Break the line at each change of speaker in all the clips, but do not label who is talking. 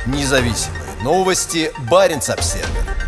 Независимые новости. Баренц-Обсервер.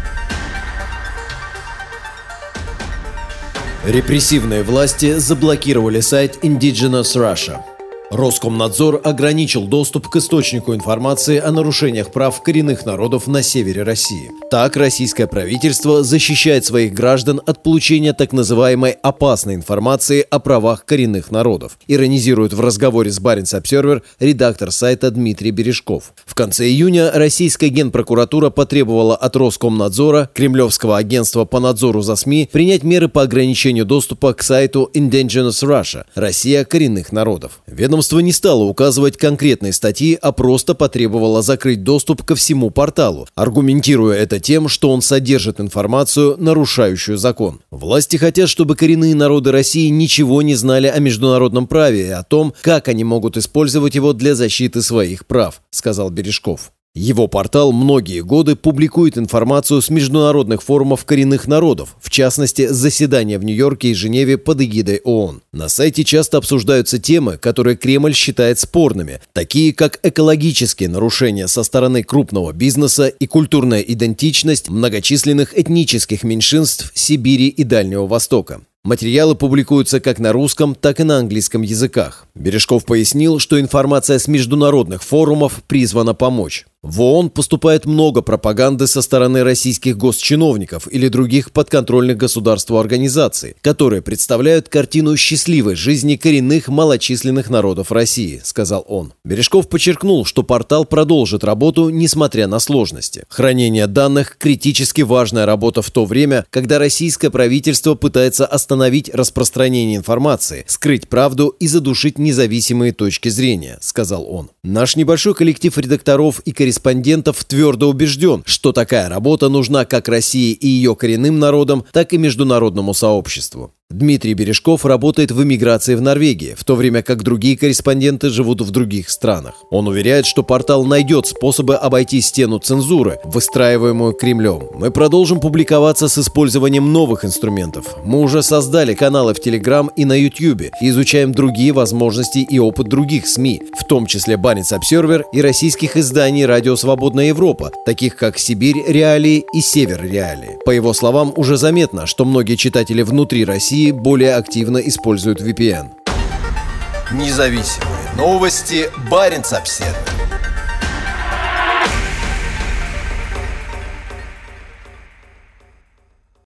Репрессивные власти заблокировали сайт Indigenous Russia. Роскомнадзор ограничил доступ к источнику информации о нарушениях прав коренных народов на севере России. Так, российское правительство защищает своих граждан от получения так называемой опасной информации о правах коренных народов, иронизирует в разговоре с Баренц-Обсервер редактор сайта Дмитрий Бережков. В конце июня российская генпрокуратура потребовала от Роскомнадзора, Кремлевского агентства по надзору за СМИ, принять меры по ограничению доступа к сайту Indigenous Russia – Россия коренных народов. Ведомство не стало указывать конкретные статьи, а просто потребовало закрыть доступ ко всему порталу, аргументируя это тем, что он содержит информацию, нарушающую закон. Власти хотят, чтобы коренные народы России ничего не знали о международном праве и о том, как они могут использовать его для защиты своих прав, сказал Бережков. Его портал многие годы публикует информацию с международных форумов коренных народов, в частности, заседания в Нью-Йорке и Женеве под эгидой ООН. На сайте часто обсуждаются темы, которые Кремль считает спорными, такие как экологические нарушения со стороны крупного бизнеса и культурная идентичность многочисленных этнических меньшинств Сибири и Дальнего Востока. Материалы публикуются как на русском, так и на английском языках. Бережков пояснил, что информация с международных форумов призвана помочь. В ООН поступает много пропаганды со стороны российских госчиновников или других подконтрольных государству организаций, которые представляют картину счастливой жизни коренных малочисленных народов России, сказал он. Бережков подчеркнул, что портал продолжит работу, несмотря на сложности. Хранение данных – критически важная работа в то время, когда российское правительство пытается остановить распространение информации, скрыть правду и задушить независимые точки зрения, сказал он. Наш небольшой коллектив редакторов и корреспондентов твердо убежден, что такая работа нужна как России и ее коренным народам, так и международному сообществу. Дмитрий Бережков работает в эмиграции в Норвегии, в то время как другие корреспонденты живут в других странах. Он уверяет, что портал найдет способы обойти стену цензуры, выстраиваемую Кремлем. Мы продолжим публиковаться с использованием новых инструментов. Мы уже создали каналы в Telegram и на YouTube и изучаем другие возможности и опыт других СМИ, в том числе Баренц-Обсервер и российских изданий «Радио Свободная Европа», таких как «Сибирь Реалии» и «Север Реалии». По его словам, уже заметно, что многие читатели внутри России более активно используют VPN. Независимые новости. Баренц-Обсервер.